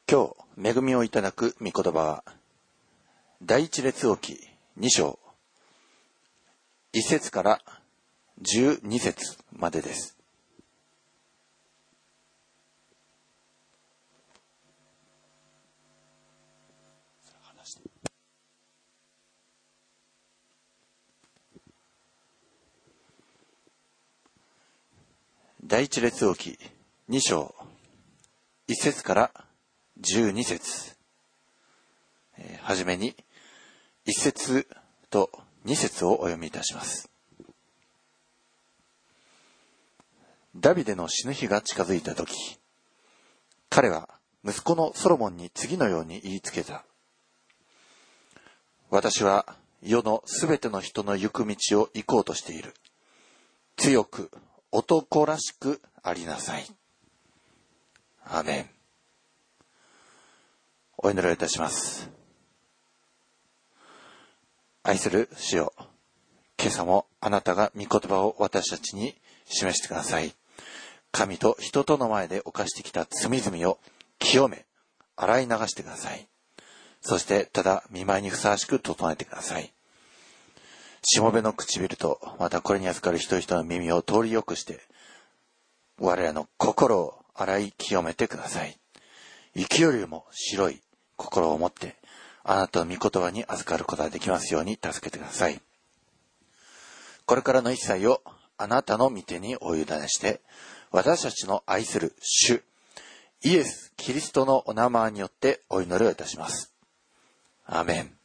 今日恵みをいただく御言葉は第一列王記2章1節から12節までです。第一列王記2章1節から12節、はじめに1節と2節をお読みいたします。ダビデの死ぬ日が近づいたとき、彼は息子のソロモンに次のように言いつけた。私は世のすべての人の行く道を行こうとしている。強く男らしくありなさい。アーメン。お祈りをいたします。愛する主よ、今朝もあなたが御言葉を私たちに示してください。神と人との前で犯してきた罪々を清め、洗い流してください。そしてただ御前にふさわしく整えてください。しもべの唇と、またこれに預かる人々の耳を通りよくして、我らの心を洗い清めてください。雪よりも白い心を持って、あなたの御言葉に預かることができますように助けてください。これからの一切をあなたの御手にお委ねして、私たちの愛する主、イエス・キリストのお名前によってお祈りをいたします。アーメン。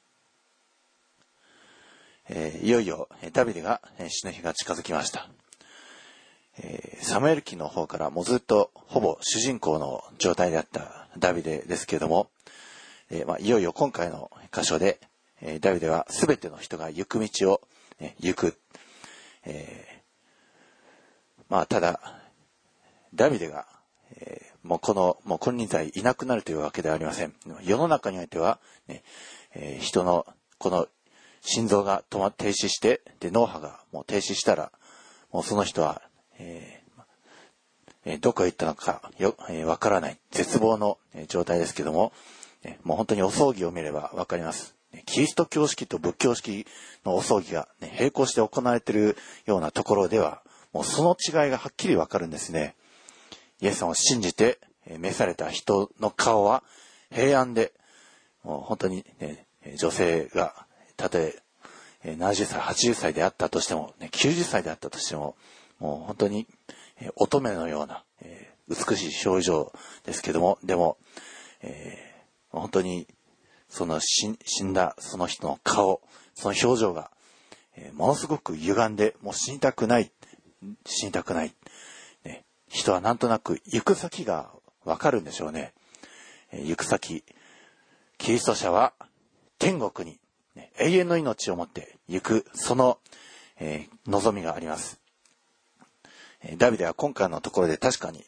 いよいよダビデが死ぬ日が近づきました。サムエル記の方からもうずっとほぼ主人公の状態であったダビデですけれども、いよいよ今回の箇所でダビデは全ての人が行く道を行く。ただダビデがもう金輪際いなくなるというわけではありません。世の中においては、人のこの心臓が停止して、で脳波がもう停止したら、もうその人はどこへ行ったのかわからない絶望の状態ですけども、もう本当にお葬儀を見ればわかります。キリスト教式と仏教式のお葬儀が並行して行われているようなところでは、もうその違いがはっきりわかるんですね。イエスさんを信じて召された人の顔は平安で、もう本当に、女性がたとえ70歳80歳であったとしても、90歳であったとしても、もう本当に乙女のような美しい表情ですけども、でも本当にその死んだその人の顔、その表情がものすごく歪んで、もう死にたくない、人はなんとなく行く先がわかるんでしょうね。行く先、キリスト者は天国に永遠の命を持って行く、その望みがあります。ダビデは今回のところで確かに、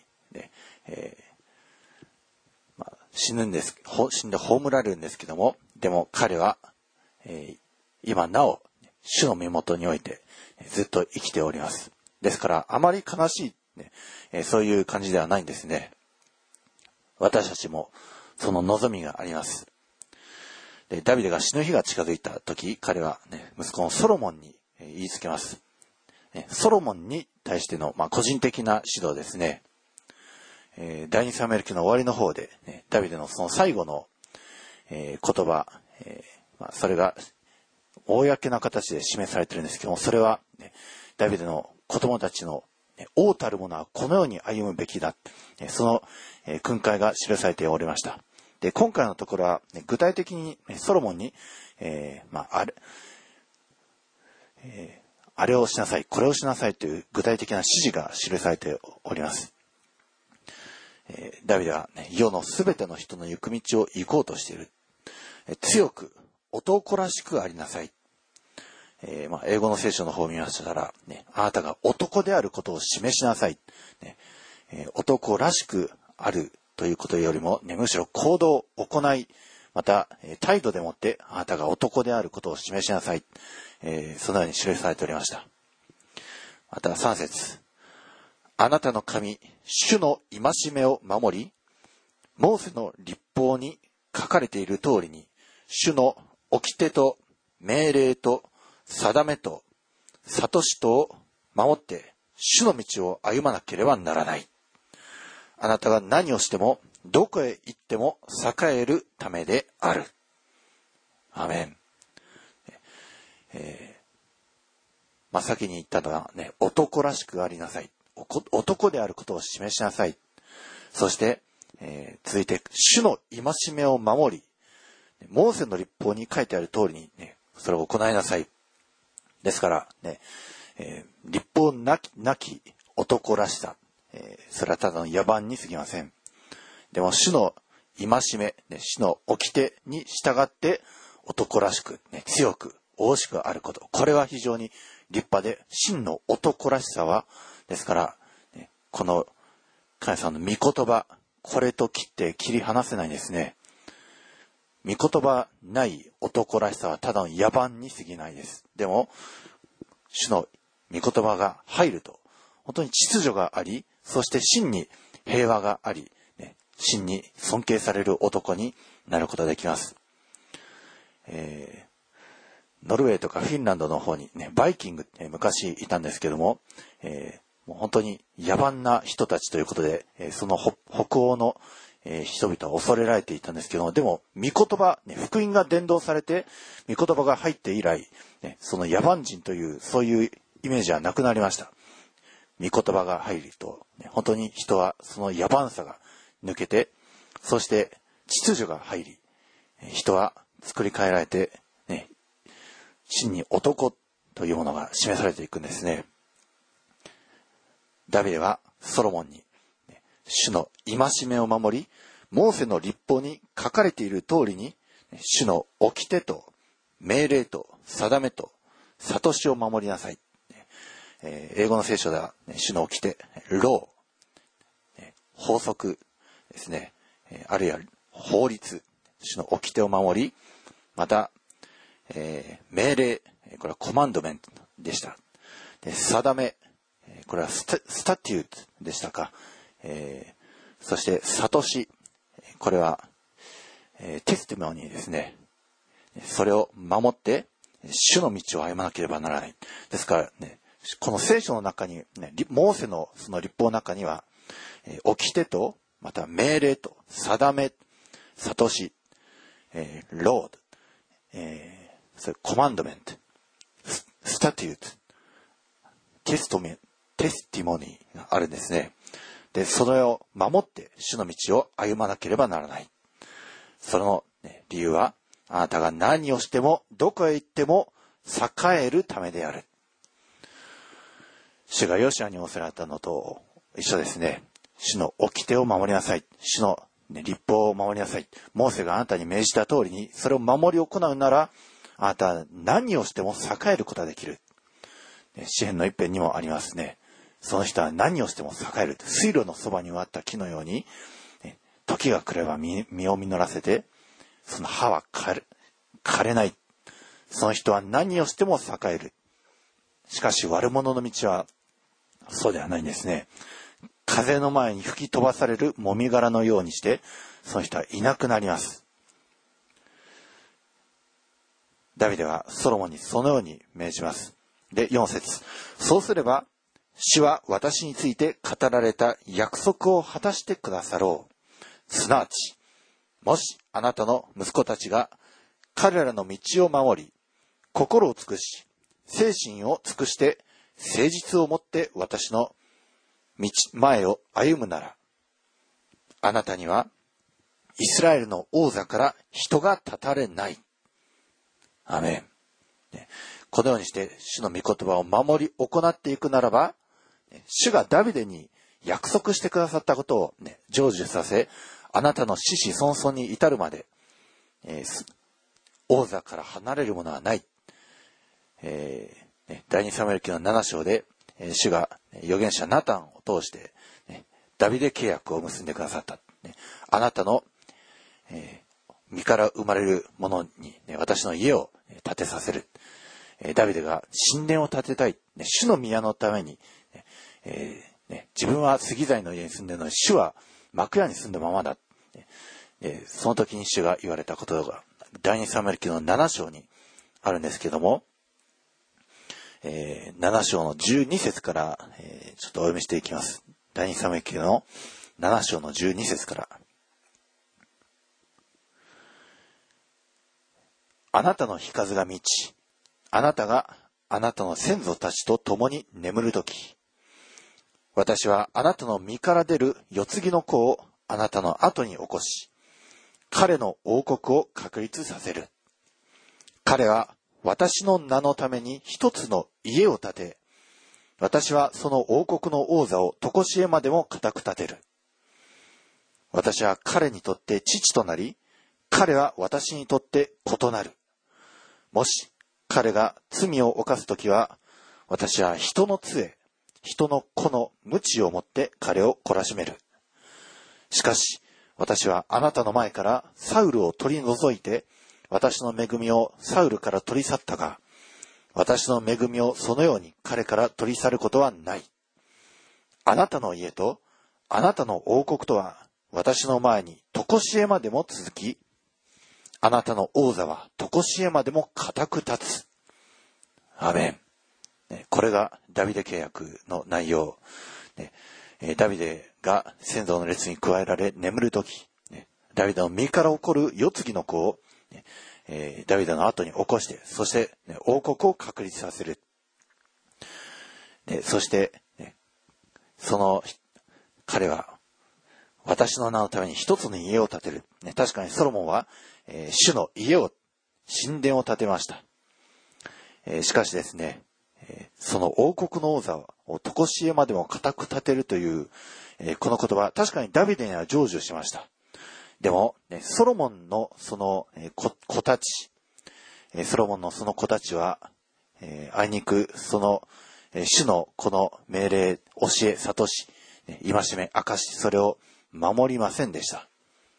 死んで葬られるんですけども、でも彼は、今なお主の身元においてずっと生きております。ですからあまり悲しい、そういう感じではないんですね。私たちもその望みがあります。でダビデが死ぬ日が近づいた時、彼は、息子のソロモンに言いつけます。ソロモンに対しての、個人的な指導ですね。第二サムエル記の終わりの方で、ダビデのその最後の、言葉、それが公な形で示されているんですけども、それは、ダビデの子供たちの王たる者はこのように歩むべきだ、その訓戒が記されておりました。で今回のところは、具体的にソロモンに、あれをしなさい、これをしなさいという具体的な指示が記されております。ダビデは、世のすべての人の行く道を行こうとしている。強く男らしくありなさい。英語の聖書の方を見ましたら、あなたが男であることを示しなさい。男らしくあるということよりも、むしろ行動、行い、また態度でもってあなたが男であることを示しなさい。そのように記されておりました。また3節、あなたの神、主の戒めを守り、 モーセの律法に書かれている通りに、主の掟と命令と定めと諭しとを守って、主の道を歩まなければならない。あなたが何をしても、どこへ行っても栄えるためである。アメン。先に言ったのはね、男らしくありなさい。男であることを示しなさい。そして、続いて、主の戒めを守り、モーセの律法に書いてある通りにね、それを行いなさい。ですからね、律法なき男らしさ、それはただの野蛮に過ぎません。でも主の戒め、主の掟に従って男らしく、強く、大しくあること。これは非常に立派で、真の男らしさは、ですから、この神様の御言葉、これと切り離せないんですね。御言葉ない男らしさはただの野蛮に過ぎないです。でも、主の御言葉が入ると、本当に秩序があり、そして真に平和があり、真に尊敬される男になることができます。ノルウェーとかフィンランドの方にね、バイキングって昔いたんですけども、もう本当に野蛮な人たちということで、その北欧の、人々は恐れられていたんですけども、でも御言葉、福音が伝道されて御言葉が入って以来、その野蛮人というそういうイメージはなくなりました。御言葉が入ると、本当に人はその野蛮さが抜けて、そして秩序が入り、人は作り変えられて、真に男というものが示されていくんですね。ダビデはソロモンに、主の戒めを守り、モーセの律法に書かれている通りに、主の掟と命令と定めと諭しを守りなさい。英語の聖書では、主の掟、ロー、法則ですね、あるいは法律、主の掟を守り、また、命令、これはコマンドメントでした。で、定め、これはスタテュートでしたか。そして諭し、これは、テスティモニーですね。それを守って主の道を歩まなければならない。ですからね、この聖書の中に、モーセのその律法の中には、掟とまた命令と定め、諭し、ロード、それコマンドメント、スタテュート、テスティモニーがあるんですね。で、それを守って主の道を歩まなければならない。その、理由は、あなたが何をしてもどこへ行っても栄えるためである。主がヨシュアに仰せられたのと一緒ですね。主の掟を守りなさい。主の、律法を守りなさい。モーセがあなたに命じた通りにそれを守り行うなら、あなたは何をしても栄えることができる。詩編の一編にもありますね。その人は何をしても栄える。水路のそばに植わった木のように、時が来れば実を実らせて、その葉は枯れない。その人は何をしても栄える。しかし悪者の道はそうではないんですね。風の前に吹き飛ばされるもみ殻のようにして、その人はいなくなります。ダビデはソロモンにそのように命じます。で、4節。そうすれば、主は私について語られた約束を果たしてくださろう。すなわち、もしあなたの息子たちが彼らの道を守り、心を尽くし、精神を尽くして誠実をもって私の前を歩むなら、あなたにはイスラエルの王座から人が立たれない。アメン。このようにして主の御言葉を守り行っていくならば、主がダビデに約束してくださったことを、成就させ、あなたの子々孫々に至るまで、王座から離れるものはない。第2サムエル記の7章で、主が預言者ナタンを通して、ダビデ契約を結んでくださった。あなたの、身から生まれるものに、私の家を建てさせる。ダビデが神殿を建てたい。主の宮のために、自分は杉材の家に住んでいるのに、主は幕屋に住んだままだ。 その時に主が言われたことが第2サムエル記の7章にあるんですけども、7章の12節から、ちょっとお読みしていきます。第2サムエル記の7章の12節から。あなたの日数が満ち、あなたがあなたの先祖たちと共に眠るとき、私はあなたの身から出る世継ぎの子をあなたの後に起こし、彼の王国を確立させる。彼は私の名のために一つの家を建て、私はその王国の王座を常しえまでも固く立てる。私は彼にとって父となり、彼は私にとって子となる。もし彼が罪を犯すときは、私は人の杖、人の子の鞭を持って彼を懲らしめる。しかし、私はあなたの前からサウルを取り除いて、私の恵みをサウルから取り去ったが、私の恵みをそのように彼から取り去ることはない。あなたの家とあなたの王国とは私の前に常しえまでも続き、あなたの王座は常しえまでも固く立つ。アーメン。これがダビデ契約の内容。ダビデが先祖の列に加えられ眠るとき、ダビデの身から起こる世継ぎの子をダビデの後に起こして、そして王国を確立させる。そしてその彼は私の名のために一つの家を建てる。確かにソロモンは主の家を、神殿を建てました。しかしですね、その王国の王座を常しえまでも固く立てるという、この言葉、確かにダビデには成就しました。でも、ソロモンのその子たち、ソロモンのその子たちは、あいにくその主のこの命令、教え、諭し、戒め、証し、それを守りませんでした。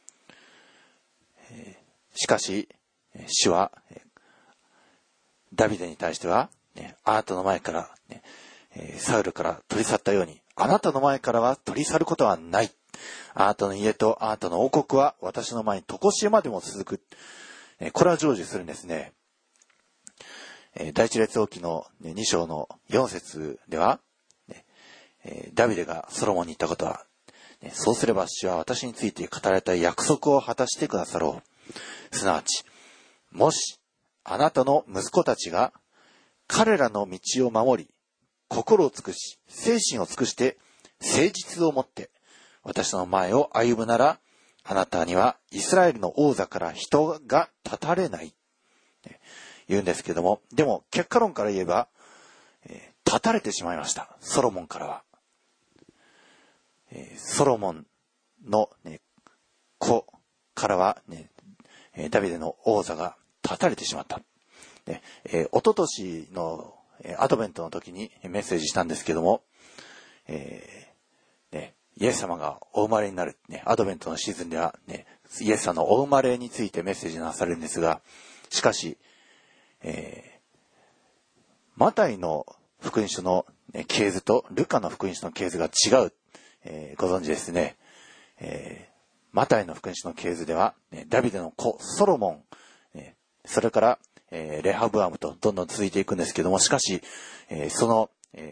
しかし、主はダビデに対しては、あなたの前から、サウルから取り去ったように、あなたの前からは取り去ることはない。あなたの家とあなたの王国は私の前に常しえまでも続く。これは成就するんですね。第一列王記の2章の4節では、ダビデがソロモンに言ったことは、そうすれば主は私について語られた約束を果たしてくださろう。すなわち、もしあなたの息子たちが彼らの道を守り、心を尽くし、精神を尽くして誠実をもって私の前を歩むなら、あなたにはイスラエルの王座から人が立たれない。言うんですけども、でも結果論から言えば、立たれてしまいました。ソロモンからは。ソロモンの、子からは、ダビデの王座が立たれてしまった。一昨年のアドベントの時にメッセージしたんですけども、イエス様がお生まれになる、アドベントのシーズンでは、イエス様のお生まれについてメッセージなされるんですが、しかし、マタイの福音書の系図とルカの福音書の系図が違う、ご存知ですね。マタイの福音書の系図では、ダビデの子ソロモン、それから、レハブアムとどんどん続いていくんですけども、しかし、その、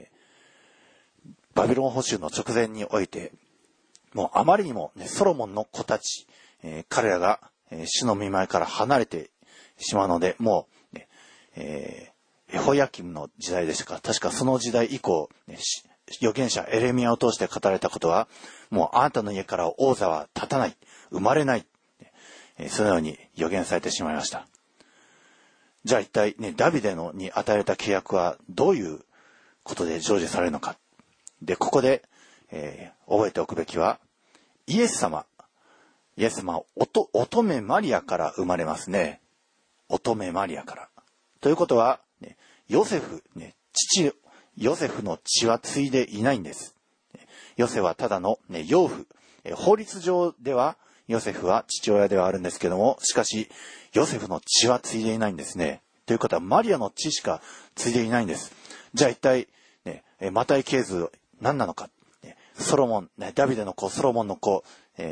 バビロン捕囚の直前において、もうあまりにも、ソロモンの子たち、彼らが、主の御前から離れてしまうので、もう、エホヤキムの時代でしたか、確かその時代以降、預言者エレミヤを通して語られたことは、もうあなたの家から王座は立たない、生まれない、そのように預言されてしまいました。じゃあ一体ダビデに与えられた契約はどういうことで成就されるのか。で、ここで、覚えておくべきは、イエス様は乙女マリアから生まれますね。乙女マリアから。ということは、ヨセフの血は継いでいないんです。ヨセフはただの、養父。法律上ではヨセフは父親ではあるんですけども、しかしヨセフの血は継いでいないんですね。ということはマリアの血しか継いでいないんです。じゃあ一体、マタイ系図何なのか。ソロモン、ダビデの子、ソロモンの子、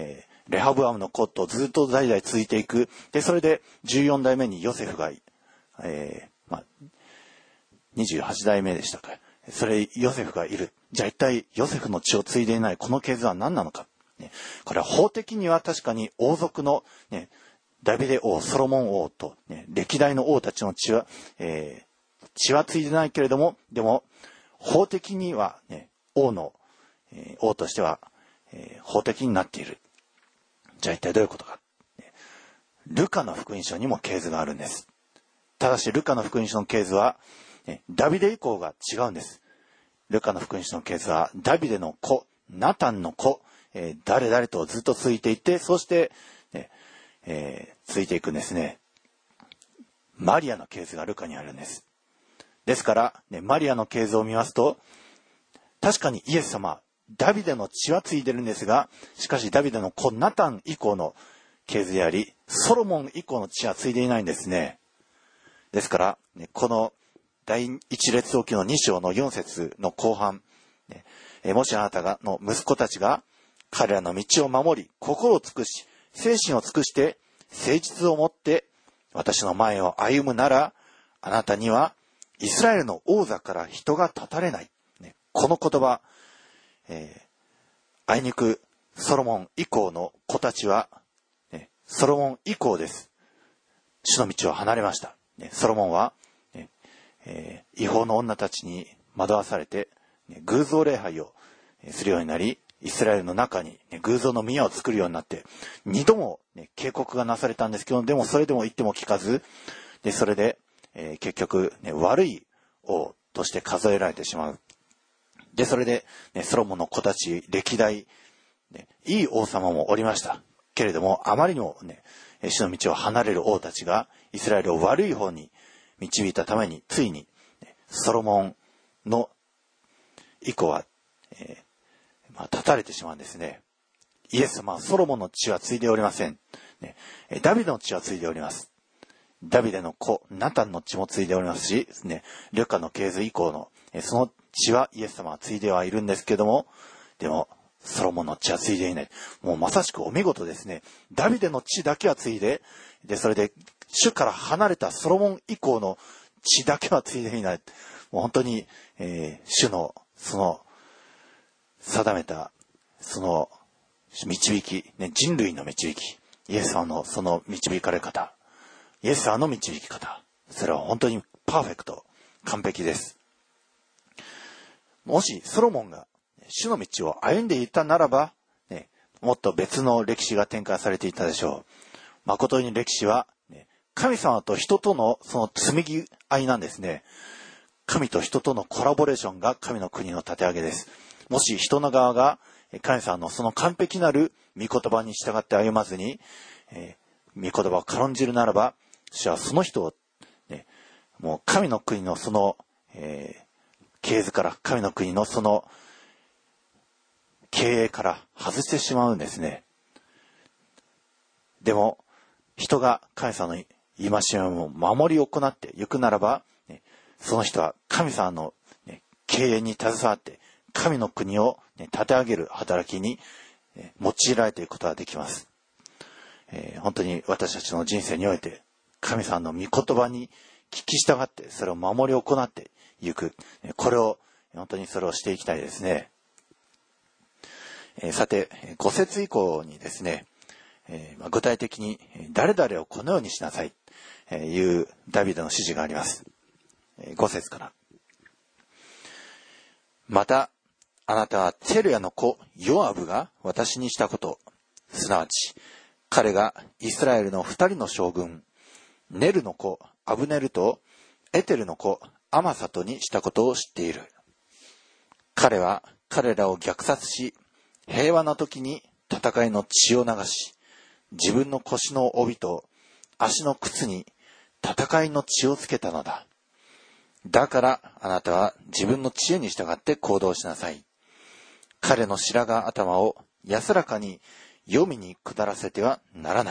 レハブアムの子とずっと代々続いていく。で、それで14代目にヨセフが、28代目でしたか。それ、ヨセフがいる。じゃあ一体ヨセフの血を継いでいないこの系図は何なのか。これは法的には確かに王族の、ダビデ王、ソロモン王と、歴代の王たちの血は継いでないけれども、でも法的には、王としては、法的になっている。じゃあ一体どういうことか。ルカの福音書にも系図があるんです。ただしルカの福音書の系図は、ダビデ以降が違うんです。ルカの福音書の系図はダビデの子、ナタンの子、誰々とずっと続いていて、そして、続いていくんですね。マリアの系図がルカにあるんです。ですから、マリアの系図を見ますと、確かにイエス様、ダビデの血は継いでるんですが、しかしダビデの子ナタン以降の系図であり、ソロモン以降の血は継いでいないんですね。ですから、この第一列王記の2章の4節の後半、もしあなたの息子たちが彼らの道を守り、心を尽くし、精神を尽くして誠実をもって私の前を歩むなら、あなたにはイスラエルの王座から人が立たれない。この言葉、あいにくソロモン以降の子たちは、ソロモン以降です。主の道を離れました。ソロモンは、違法の女たちに惑わされて、偶像礼拝をするようになり、イスラエルの中に、偶像の宮を作るようになって、2度も、警告がなされたんですけど、でもそれでも言っても聞かず、でそれで、結局、悪い王として数えられてしまう。でそれで、ソロモンの子たち歴代、いい王様もおりましたけれども、あまりにも主の道を離れる王たちがイスラエルを悪い方に導いたために、ついにソロモンの以降は、断たれてしまうんですね。イエス様はソロモンの血は継いでおりません。ダビデの血は継いでおります。ダビデの子ナタンの血も継いでおりますし、ルカの系図以降のその血はイエス様は継いではいるんですけども、でもソロモンの血は継いでいない。もうまさしくお見事ですね。ダビデの血だけは継いで、それで主から離れたソロモン以降の血だけは継いでいない。もう本当に、主のその定めたその導き、人類の導き、イエス様のその導かれ方、イエス様の導き方、それは本当にパーフェクト、完璧です。もしソロモンが主の道を歩んでいたならば、もっと別の歴史が展開されていたでしょう。誠に歴史は、神様と人とのその紡ぎ合いなんですね。神と人とのコラボレーションが神の国の立て上げです。もし人の側が神様のその完璧なる御言葉に従って歩まずに、御言葉を軽んじるならば、主はその人を、もう神の国のその、系図から、神の国のその経営から外してしまうんですね。でも人が神様の戒めを守り行っていくならば、その人は神様の、経営に携わって神の国を、立て上げる働きに、用いられていくことができます。本当に私たちの人生において神様の御言葉に聞き従ってそれを守り行っていく、これを本当にそれをしていきたいですね。さて5節以降にですね、具体的に誰々をこのようにしなさいというダビデの指示があります。5節から。またあなたはツェルヤの子ヨアブが私にしたこと、すなわち彼がイスラエルの2人の将軍ネルの子アブネルとエテルの子アマサトにしたことを知っている。彼は彼らを虐殺し、平和な時に戦いの血を流し、自分の腰の帯と足の靴に戦いの血をつけたのだ。だからあなたは自分の知恵に従って行動しなさい。彼の白髪頭を安らかに黄泉に下らせてはならない。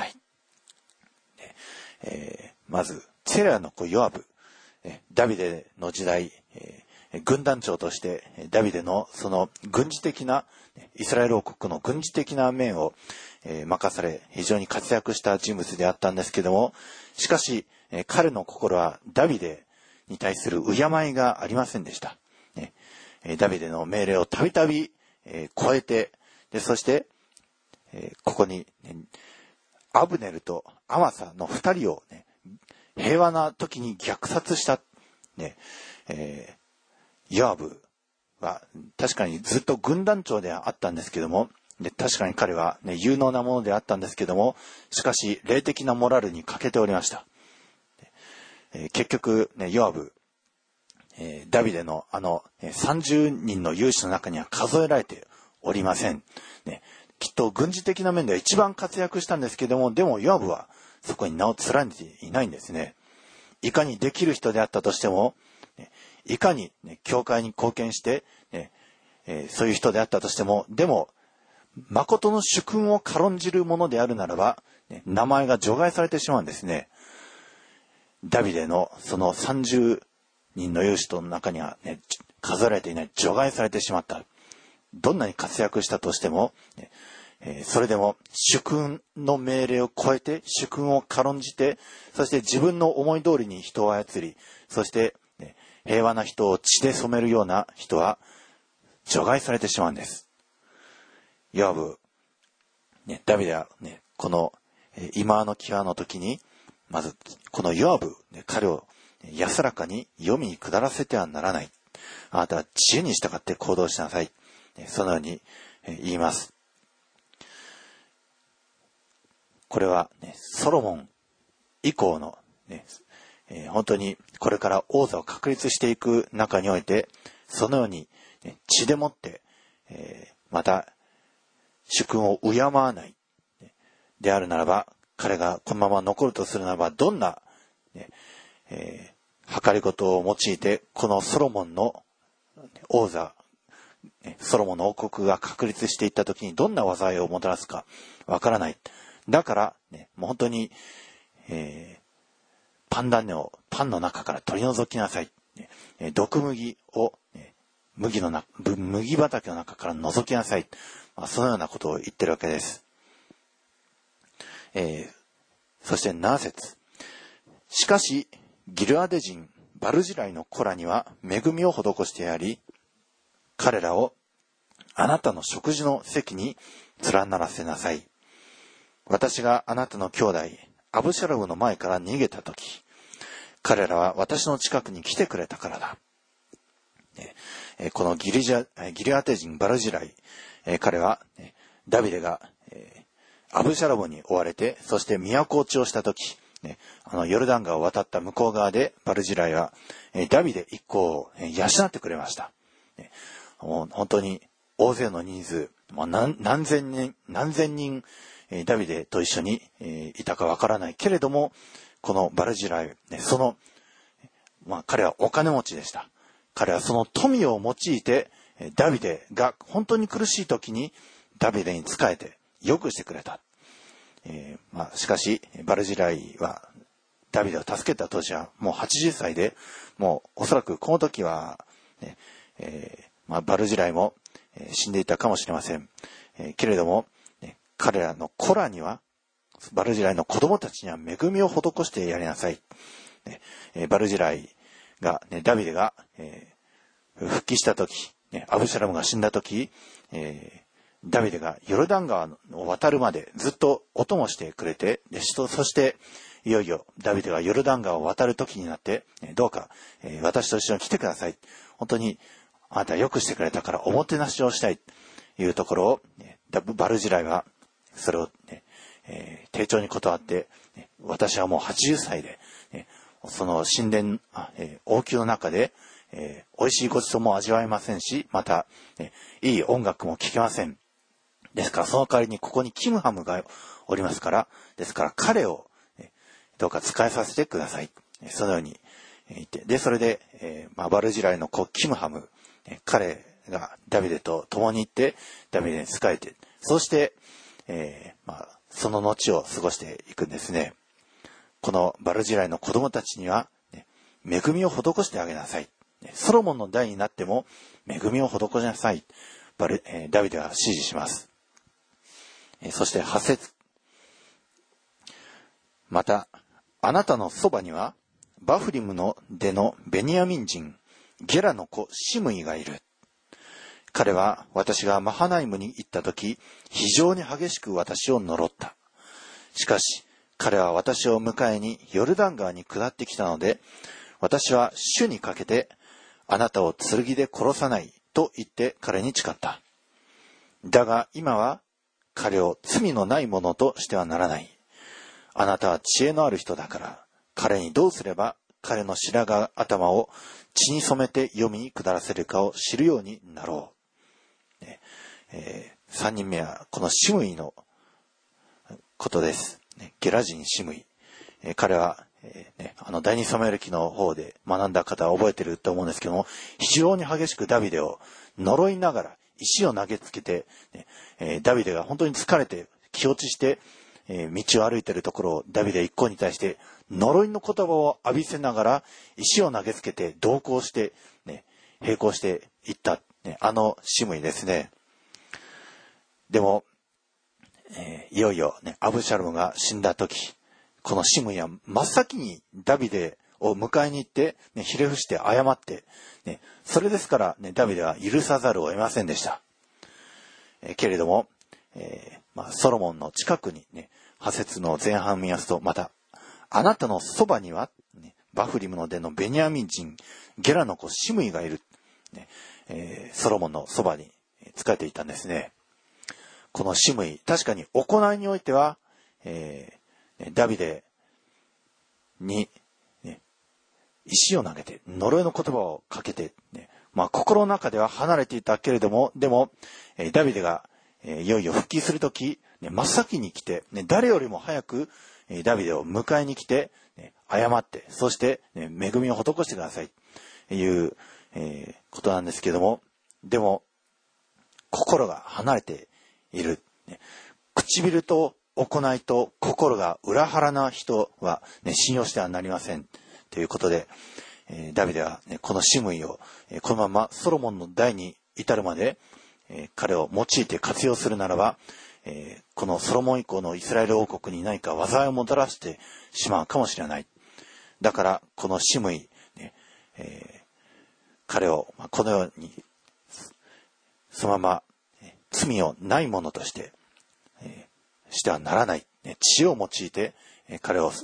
まずツェルヤの子ヨアブ、ダビデの時代、軍団長としてダビデのその軍事的なイスラエル王国の軍事的な面を任され、非常に活躍した人物であったんですけども、しかし、彼の心はダビデに対する敬いがありませんでした。ダビデの命令をたびたび超えて、でそして、ここに、アブネルとアマサの二人を、平和な時に虐殺した、ヨアブは確かにずっと軍団長であったんですけども、で確かに彼は、有能なものであったんですけども、しかし霊的なモラルに欠けておりました。結局、ヨアブ、ダビデの30人の勇士の中には数えられておりません。きっと軍事的な面では一番活躍したんですけども、でもヨアブはそこに名を連ねていないんですね。いかにできる人であったとしても、いかに、教会に貢献して、そういう人であったとしても、でも誠の主君を軽んじるものであるならば、名前が除外されてしまうんですね。ダビデのその30人の勇士との中には、数えられていない、除外されてしまった。どんなに活躍したとしても、それでも主君の命令を超えて、主君を軽んじて、そして自分の思い通りに人を操り、そして、平和な人を血で染めるような人は除外されてしまうんです。ヨアブ、ダビデは、この今の際の時に、まずこのヨアブ、彼を安らかに黄泉に下らせてはならない。あなたは知恵に従って行動しなさい。そのように言います。これは、ソロモン以降の、本当にこれから王座を確立していく中において、そのように、血でもって、また主君を敬わないであるならば、彼がこのまま残るとするならば、どんな、計りごとを用いてこのソロモンの王座、ソロモンの王国が確立していった時にどんな災いをもたらすかわからない。だから、もう本当に、パン種をパンの中から取り除きなさい。毒麦を、麦畑の中から除きなさい。そのようなことを言ってるわけです。そして7節。しかしギルアデ人バルジライの子らには恵みを施してやり、彼らをあなたの食事の席に連ならせなさい。私があなたの兄弟アブシャロムの前から逃げたとき、彼らは私の近くに来てくれたからだ。このギルアテ人バルジライ、彼はダビデがアブシャロムに追われて、そして都落ちをしたとき、ヨルダン川を渡った向こう側でバルジライはダビデ一行を養ってくれました。本当に大勢の人数、何千人ダビデと一緒にいたかわからないけれども、このバルジライ、彼はお金持ちでした。彼はその富を用いてダビデが本当に苦しい時にダビデに仕えてよくしてくれた。しかしバルジライはダビデを助けた当時はもう80歳で、もうおそらくこの時は、バルジライも死んでいたかもしれません。けれども、彼らの子らには、バルジライの子供たちには恵みを施してやりなさい。バルジライが、ダビデが、復帰した時、アブシャロムが死んだ時、ダビデがヨルダン川を渡るまでずっとお供してくれて、そしていよいよダビデがヨルダン川を渡る時になって、どうか私と一緒に来てください。本当にあなたはよくしてくれたからおもてなしをしたいというところを、バルジライはそれを、丁重に断って、私はもう80歳で、その神殿、王宮の中で、美味しいごちそうも味わえませんし、また、いい音楽も聴けません。ですからその代わりにここにキムハムがおりますから、ですから彼をどうか使いさせてください。そのように言って、でそれで、バルジライの子キムハム、彼がダビデと共に行ってダビデに仕えて、そして、その後を過ごしていくんですね。このバルジライの子供たちには、恵みを施してあげなさい。ソロモンの代になっても恵みを施しなさい。ダビデは指示します。 そして8節。また、あなたのそばには、バフリムの出のベニヤミン人、ゲラの子シムイがいる。彼は私がマハナイムに行ったとき、非常に激しく私を呪った。しかし、彼は私を迎えにヨルダン川に下ってきたので、私は主にかけて、あなたを剣で殺さないと言って彼に誓った。だが今は彼を罪のないものとしてはならない。あなたは知恵のある人だから、彼にどうすれば彼の白髪頭を血に染めて黄泉に下らせるかを知るようになろう。3人目はこのシムイのことです。ゲラ人シムイ。彼は、第二サムエル記の方で学んだ方は覚えてると思うんですけども、非常に激しくダビデを呪いながら石を投げつけて、ダビデが本当に疲れて気落ちして、道を歩いているところをダビデ一行に対して呪いの言葉を浴びせながら石を投げつけて同行して、並行していった、あのシムイですね。でも、いよいよ、アブシャロムが死んだ時、このシムイは真っ先にダビデを迎えに行って、ひれ伏して謝って、それですから、ダビデは許さざるを得ませんでした。けれども、ソロモンの近くに8節の前半見ますと、また、あなたのそばには、バフリムの出のベニヤミン人、ゲラの子シムイがいる。ソロモンのそばに仕えていたんですね。このシムイ、確かに行いにおいては、ダビデに、石を投げて、呪いの言葉をかけて、心の中では離れていたけれども、でも、ダビデが、いよいよ復帰するとき、真っ先に来て、誰よりも早く、ダビデを迎えに来て、謝って、そして、恵みを施してください、という、ことなんですけれども、でも、心が離れている。唇と行いと心が裏腹な人は、信用してはなりません。ということで、ダビデは、このシムイを、このままソロモンの代に至るまで、彼を用いて活用するならば、このソロモン以降のイスラエル王国に何か災いをもたらしてしまうかもしれない。だからこのシムイ、彼をこのようにそのまま罪をないものとして、してはならない。知恵を用いて彼を、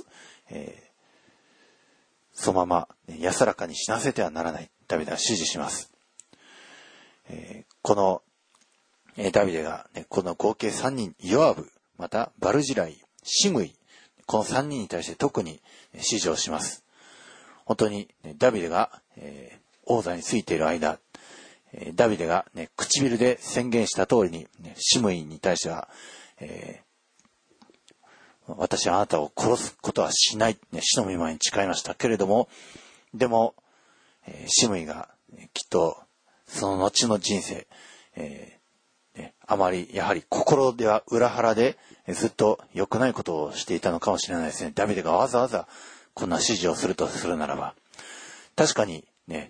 そのまま安らかに死なせてはならない。ダビデは指示します。このダビデが、この合計3人、ヨアブ、またバルジライ、シムイ、この3人に対して特に指示をします。本当にダビデが、王座についている間、ダビデが、唇で宣言した通りに、シムイに対しては、私はあなたを殺すことはしない、死の御前に誓いましたけれども、でも、シムイが、きっとその後の人生、あまりやはり心では裏腹でずっと良くないことをしていたのかもしれないですね。ダビデがわざわざこんな指示をするとするならば、確かにね、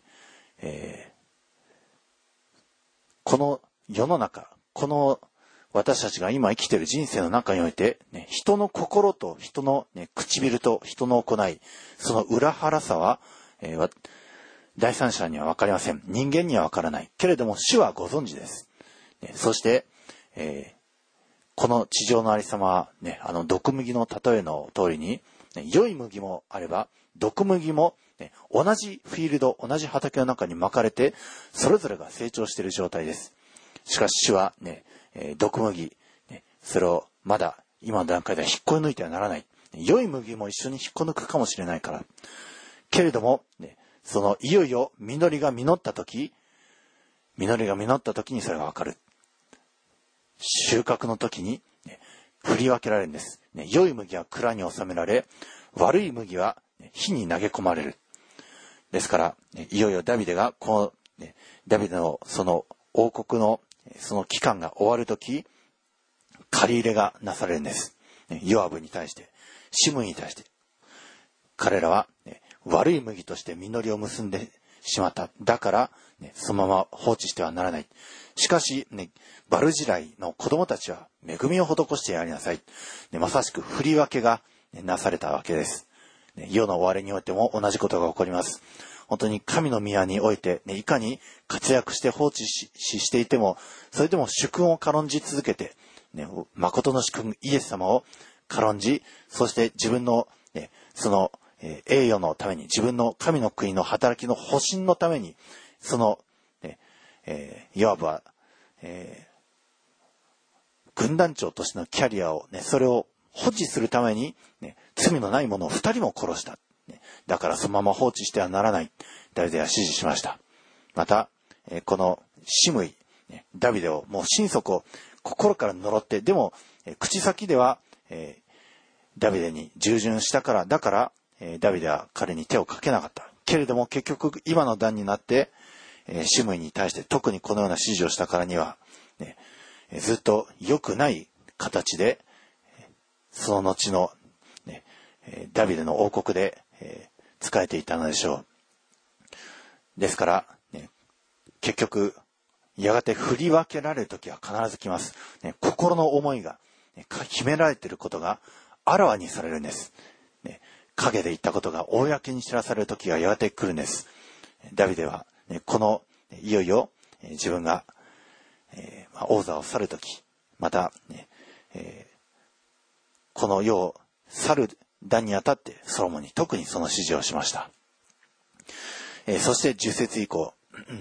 この世の中、この私たちが今生きている人生の中において、人の心と人の、唇と人の行い、その裏腹さは、第三者には分かりません。人間には分からない。けれども主はご存知です。そして、この地上のありさまは、毒麦の例えの通りに、良い麦もあれば、毒麦も、同じフィールド、同じ畑の中に巻かれて、それぞれが成長している状態です。しかし主は、毒麦、それをまだ今の段階では引っこ抜いてはならない。良い麦も一緒に引っこ抜くかもしれないから。けれども、そのいよいよ実りが実った時にそれがわかる。収穫の時に、振り分けられるんです。良い麦は蔵に収められ、悪い麦は火に投げ込まれる。ですから、いよいよダビデがダビデのその王国のその期間が終わる時、借り入れがなされるんです。ヨアブに対して、シムイに対して、彼らは悪い麦として実りを結んでしまった。だから、そのまま放置してはならない。しかし、バルジライの子供たちは恵みを施してやりなさい。まさしく振り分けがなされたわけです。世の終わりにおいても同じことが起こります。本当に神の宮において、いかに活躍して放置していても、それでも主君を軽んじ続けて、誠の主君イエス様を軽んじ、そして自分の、その、栄誉のために、自分の神の国の働きの保身のために、その、ヨアブは、軍団長としてのキャリアを、それを保持するために、罪のない者を2人も殺した。だからそのまま放置してはならない。ダビデは指示しました。また、このシムイ、ダビデをもう心底心から呪って、でも、口先では、ダビデに従順したから、だから、ダビデは彼に手をかけなかった。けれども結局今の段になって、シムイに対して特にこのような指示をしたからには、ずっと良くない形で、その後の、ダビデの王国で、仕えていたのでしょう。ですから、結局、やがて振り分けられる時は必ず来ます。心の思いが、秘められていることがあらわにされるんです。陰で言ったことが公に知らされる時がやがて来るんです。ダビデは、この、いよいよ、自分が、王座を去る時、また、この世を去る段にあたってソロモンに特にその指示をしました。そして10節以降、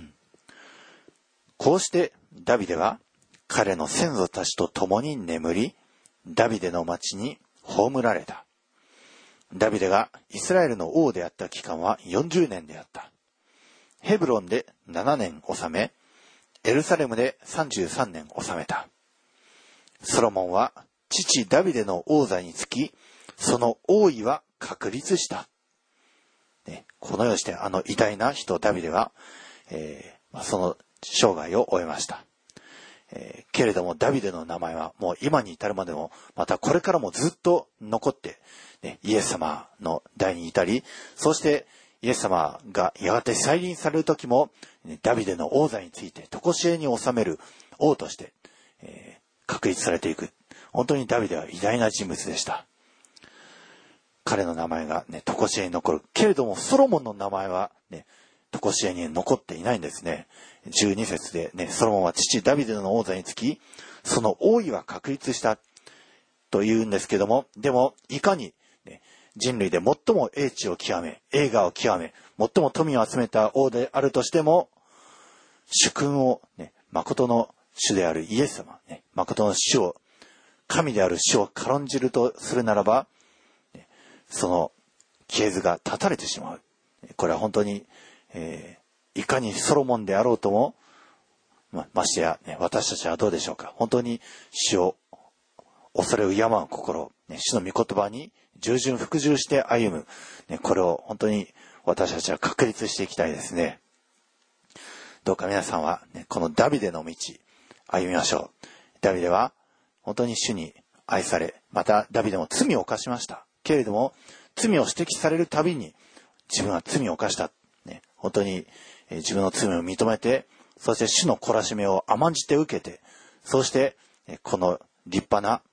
こうしてダビデは彼の先祖たちと共に眠り、ダビデの町に葬られた。ダビデがイスラエルの王であった期間は40年であった。ヘブロンで7年治め、エルサレムで33年治めた。ソロモンは父ダビデの王座につき、その王位は確立した。このようにしてあの偉大な人ダビデは、その生涯を終えました。けれどもダビデの名前はもう今に至るまでも、またこれからもずっと残って、イエス様の代に至り、そしてイエス様がやがて再臨される時も、ダビデの王座について常しえに治める王として、確立されていく。本当にダビデは偉大な人物でした。彼の名前が常しえに残る。けれどもソロモンの名前は常しえに残っていないんですね。12節でソロモンは父ダビデの王座につき、その王位は確立したと言うんですけども、でもいかに人類で最も英知を極め、栄華を極め、最も富を集めた王であるとしても、主君を誠の主であるイエス様、誠の主を、神である主を軽んじるとするならば、その系図が断たれてしまう。これは本当に、いかにソロモンであろうとも、ましてや、私たちはどうでしょうか。本当に主を恐れを敬う心、主の御言葉に従順服従して歩む、これを本当に私たちは確立していきたいですね。どうか皆さんは、このダビデの道歩みましょう。ダビデは本当に主に愛され、またダビデも罪を犯しました。けれども罪を指摘されるたびに自分は罪を犯した、本当に自分の罪を認めて、そして主の懲らしめを甘んじて受けて、そしてこの立派な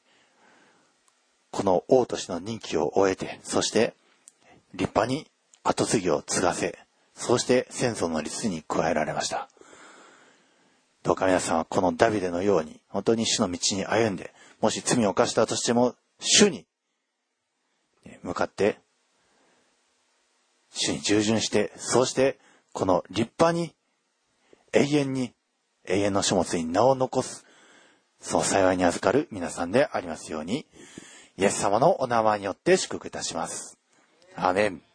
この王としての任期を終えて、そして立派に後継ぎを継がせ、そして戦争の列に加えられました。どうか皆さんはこのダビデのように本当に主の道に歩んで、もし罪を犯したとしても主に向かって主に従順して、そうしてこの立派に永遠の書物に名を残す、その幸いに預かる皆さんでありますように、イエス様のお名前によって祝福いたします。アーメン。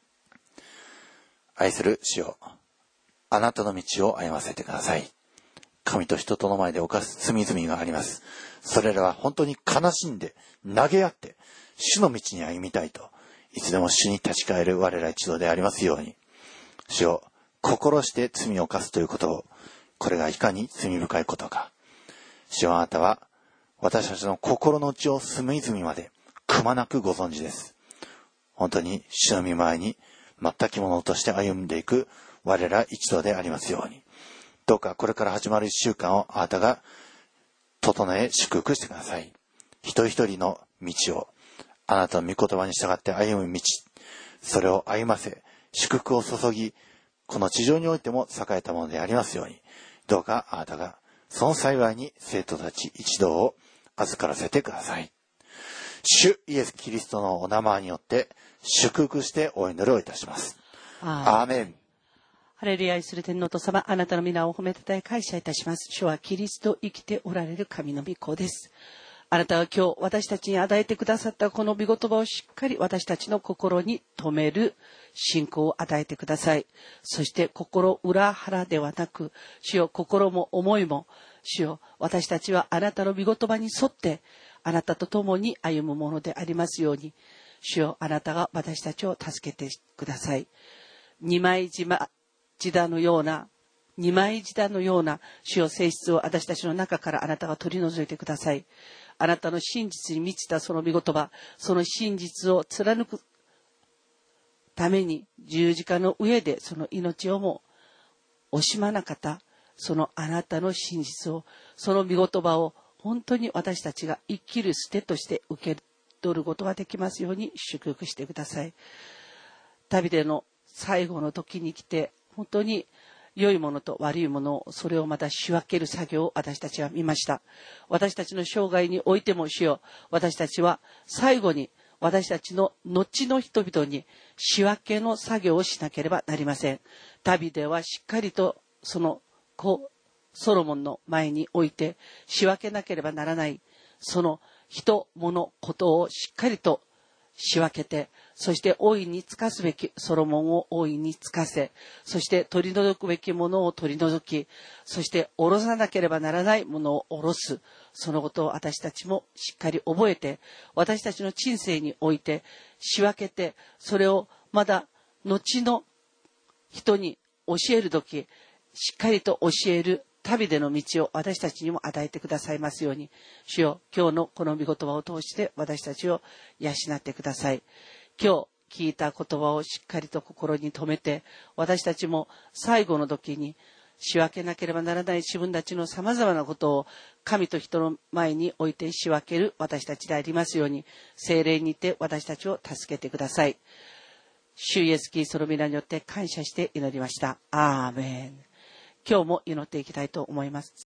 愛する主よ、あなたの道を歩ませてください。神と人との前で犯す罪々があります。それらは本当に悲しんで投げ合って主の道に歩みたいと、いつでも主に立ち返る我ら一同でありますように。主よ、心して罪を犯すということを、これがいかに罪深いことか。主よ、あなたは私たちの心の内を隅々までくまなくご存知です。本当に主の御前に全き者として歩んでいく我ら一同でありますように。どうかこれから始まる一週間をあなたが整え祝福してください。一人一人の道をあなたの御言葉に従って歩む道、それを歩ませ、祝福を注ぎ、この地上においても栄えたものでありますように、どうかあなたがその幸いに生徒たち一同を預からせてください。主イエス・キリストのお名前によって祝福してお祈りをいたします。アーメン。 ハレルヤ、愛する天皇と様、あなたの皆を褒めたたえ感謝いたします。主はキリスト生きておられる神の御子です。あなたは今日私たちに与えてくださったこの御言葉をしっかり私たちの心に留める信仰を与えてください。そして心裏腹ではなく、主よ心も思いも、主よ私たちはあなたの御言葉に沿ってあなたと共に歩むものでありますように、主よあなたが私たちを助けてください。二枚地だのような主よ性質を私たちの中からあなたが取り除いてください。あなたの真実に満ちたその御言葉、その真実を貫くために十字架の上でその命をも惜しまなかったそのあなたの真実を、その御言葉を本当に私たちが生きる糧として受け取ることができますように祝福してください。旅での最後の時に来て本当に良いものと悪いものを、それをまた仕分ける作業を私たちは見ました。私たちの生涯においても主よ、私たちは最後に私たちの後の人々に仕分けの作業をしなければなりません。旅ではしっかりとそのソロモンの前において仕分けなければならない、その人物ことをしっかりと仕分けて、そして大いに尽かすべきソロモンを大いに尽かせ、そして取り除くべきものを取り除き、そして下ろさなければならないものを下ろす、そのことを私たちもしっかり覚えて、私たちの人生において仕分けて、それをまだ後の人に教えるとき、しっかりと教える旅での道を私たちにも与えてくださいますように、主よ今日のこの御言葉を通して私たちを養ってください。今日聞いた言葉をしっかりと心に留めて、私たちも最後の時に仕分けなければならない自分たちのさまざまなことを神と人の前に置いて仕分ける私たちでありますように、聖霊にて私たちを助けてください。主イエスキリストの皆によって感謝して祈りました。アーメン。今日も祈っていきたいと思います。